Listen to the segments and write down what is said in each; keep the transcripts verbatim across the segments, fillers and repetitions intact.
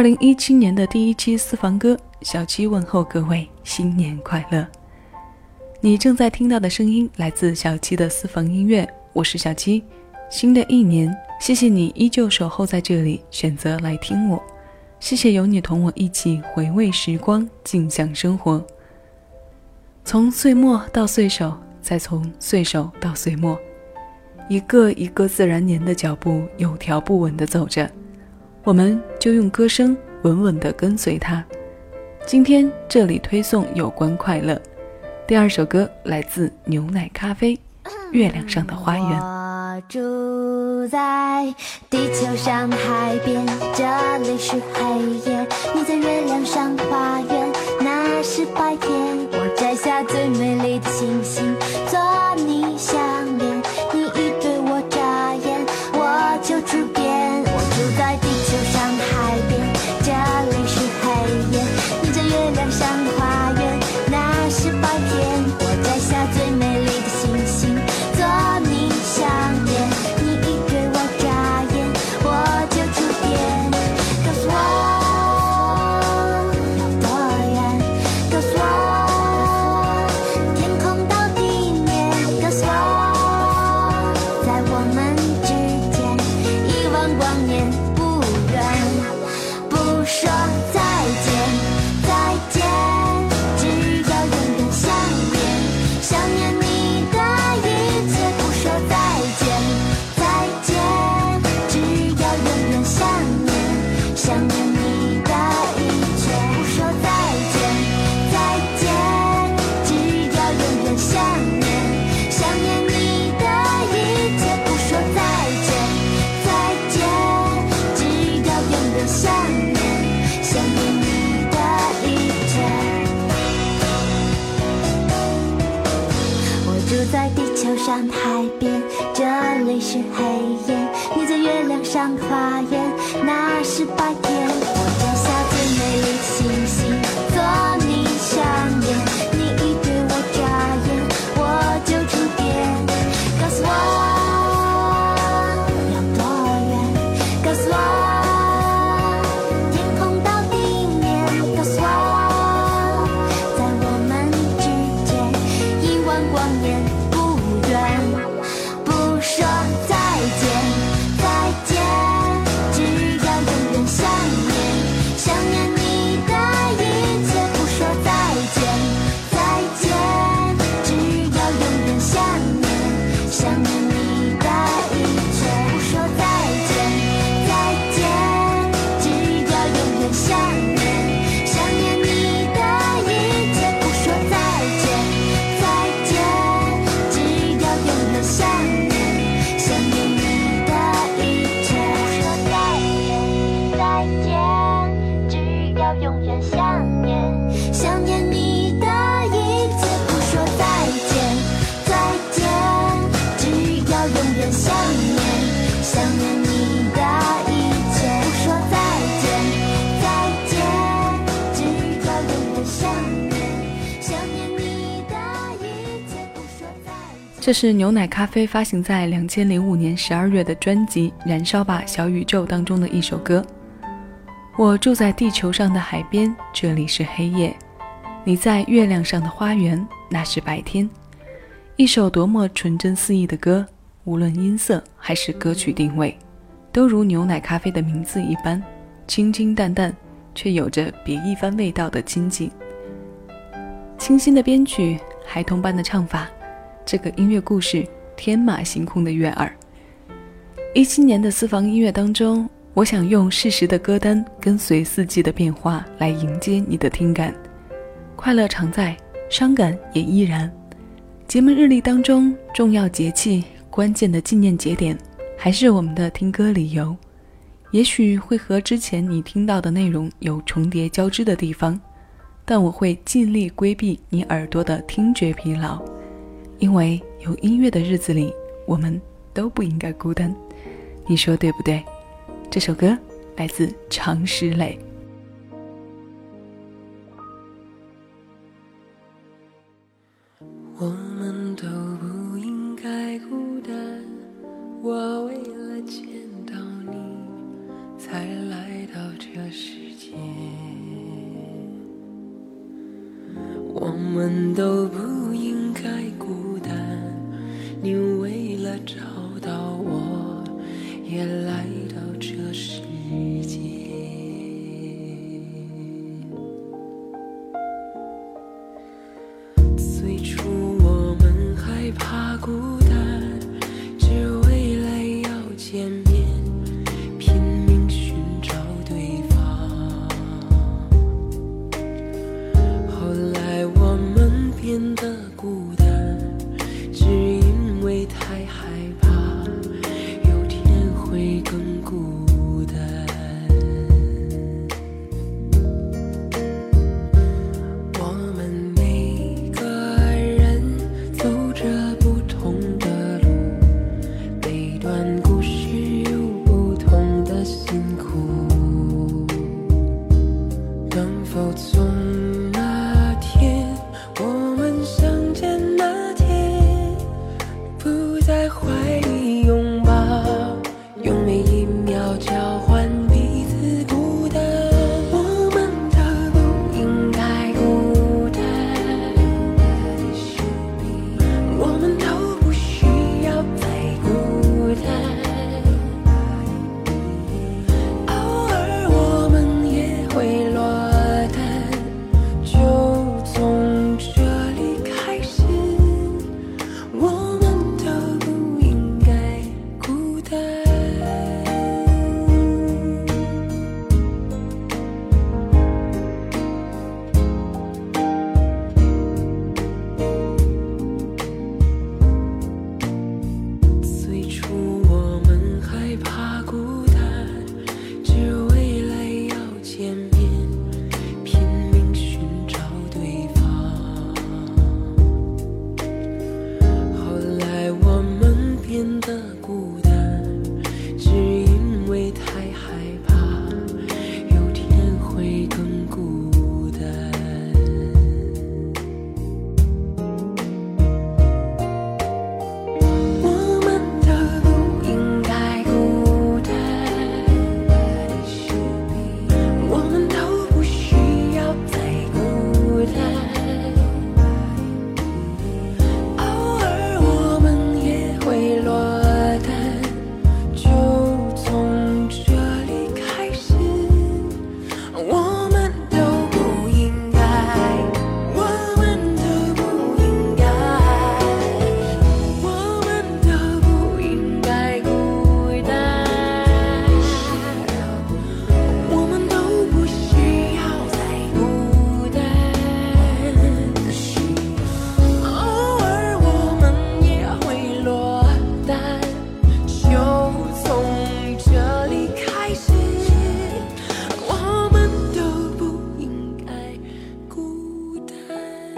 二零一七年的第一期私房歌，小七问候各位新年快乐。你正在听到的声音来自小七的私房音乐，我是小七。新的一年，谢谢你依旧守候在这里，选择来听我。谢谢有你同我一起回味时光，静享生活。从岁末到岁首，再从岁首到岁末，一个一个自然年的脚步有条不紊地走着，我们就用歌声稳稳地跟随它。今天这里推送有关快乐，第二首歌来自牛奶咖啡，月亮上的花园。 我住在地球上的海边，这里是黑夜，你在月亮上的花园，那是白天，我摘下最美丽的星星做你项链，你一对我眨眼我就触电。我住在地球上的海边，这里是黑夜，你在月亮上的花园，那是白天，我摘下最美丽的星星做你项链，你一对我眨眼我就触电。告诉我有多远，告诉我天空到地面，告诉我在我们之间一万光年不远。不说再见再见，只要永远想念，想念你的一切。不说再见再见，只要永远想念，想念你的一切。不说再见再见，只要永远想念，想念你的一切。不说再见再见，只要永远想念，想念你的一切。我住在地球上的海边，这里是黑夜，你在月亮上的花园，那是白天，我摘下最美丽的星星做你项链，你一对我眨眼我就触电。告诉我有多远，告诉我天空到地面，告诉我在我们之间一万光年不远。不说再见再见，只要永远想念，想念你的一切。不说再见再见，只要永远想念，想念你的一切。不说再见再见，只要永远想念，想念你的一切。不说再见再见，只要永远想念，想念你的一切。不说再见再见，只要永远想念，想念你的一切。不说再见再见，只要永远想念，想念你的一切。不说再见再见，只要永远想念，想念你的一切。不说再见。 这是牛奶咖啡发行在两千零五年十二月的专辑《燃烧吧小宇宙》当中的一首歌。我住在地球上的海边，这里是黑夜，你在月亮上的花园，那是白天。一首多么纯真肆意的歌，无论音色还是歌曲定位，都如牛奶咖啡的名字一般，清清淡淡，却有着别一番味道的亲近。清新的编曲，孩童般的唱法，这个音乐故事天马行空的悦耳。一七年的私房音乐当中，我想用适时的歌单跟随四季的变化来迎接你的听感。快乐常在，伤感也依然。节目日历当中，重要节气、关键的纪念节点，还是我们的听歌理由。也许会和之前你听到的内容有重叠交织的地方，但我会尽力规避你耳朵的听觉疲劳，因为有音乐的日子里，我们都不应该孤单。你说对不对？这首歌来自常石磊。 我们都不应该孤单，我为了见到你才来到这世了找到我，也来到这世界。最初我们害怕孤单，只为了要见面，拼命寻找对方。后来我们变得孤单，只因为太害怕有天会更孤单。我们每个人走着不同的路，每段故事有不同的辛苦。能否从那天我们相见那天，不在怀里拥抱，用每一秒交换彼此孤单。我们都不应该孤单，我们都不需要再孤单。偶尔我们也会落单，就从这里开始，我们都不应该孤单。最初我们害怕孤单，只为了要见面，拼命寻找对方。后来我们变得孤单，只因为太害怕有天会更孤单。我们都不应该孤单，我们都不需要再孤单。偶尔我们也会落单，就从这里开始，我们都不应该，我们都不应该，我们都不应该孤单。我们都不需要再孤单，偶尔我们也会落单，就从这里开始，我们都不应该孤单。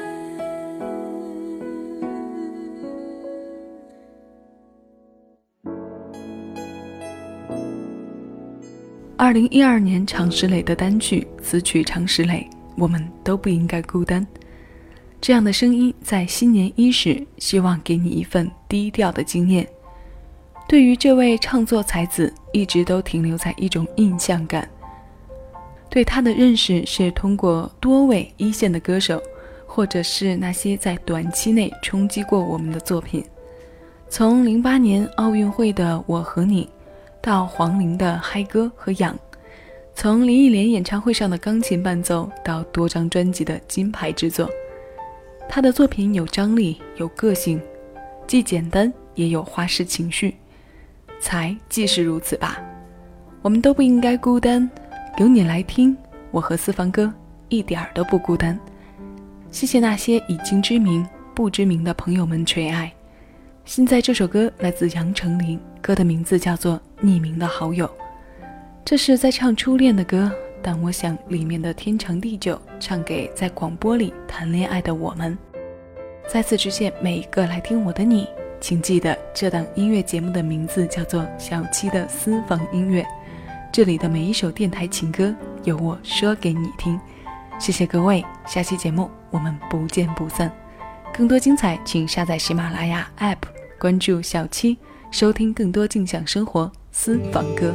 二零一二年常石磊的单曲，词曲常石磊，我们都不应该孤单。这样的声音在新年伊始，希望给你一份低调的经验。对于这位唱作才子，一直都停留在一种印象感。对他的认识是通过多位一线的歌手，或者是那些在短期内冲击过我们的作品。从零八年奥运会的《我和你》，到黄龄的《嗨歌》和《痒》，从林忆莲演唱会上的钢琴伴奏到多张专辑的金牌制作，他的作品有张力，有个性，既简单也有花式情绪，才既是如此吧。我们都不应该孤单，由你来听，我和四方哥一点儿都不孤单。谢谢那些已经知名不知名的朋友们垂爱。现在这首歌来自杨丞琳，歌的名字叫做《匿名的好友》。这是在唱初恋的歌，但我想里面的天长地久唱给在广播里谈恋爱的我们。再次致谢每一个来听我的你，请记得这档音乐节目的名字叫做小七的私房音乐，这里的每一首电台情歌由我说给你听。谢谢各位，下期节目我们不见不散。更多精彩请下载喜马拉雅 App， 关注小七，收听更多静享生活私房歌。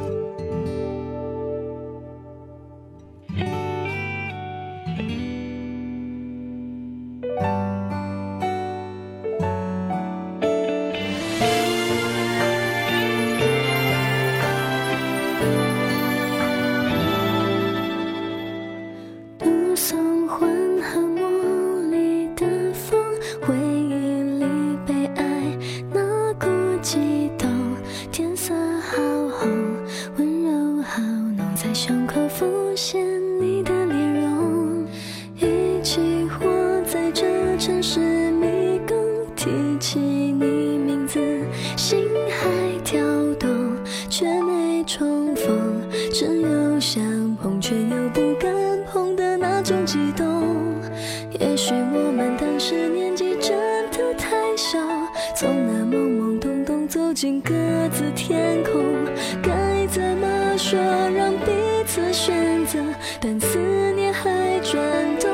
心还跳动，却没重逢，只有想碰却又不敢碰的那种激动。也许我们当时年纪真的太小，从那懵懵懂懂走进各自天空，该怎么说让彼此选择，但思念还转动。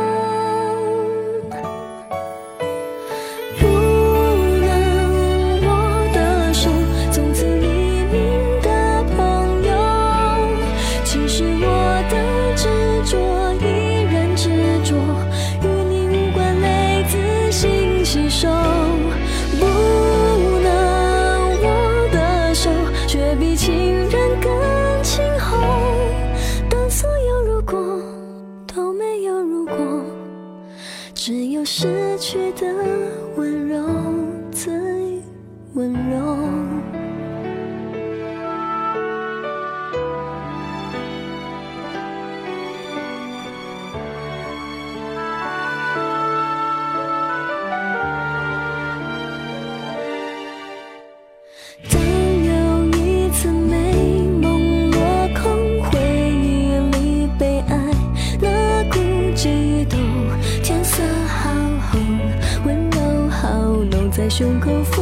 只有失去的温柔最温柔。当有一次美梦落空，回忆里被爱那股悸动，天色好红，温柔好浓，在胸口。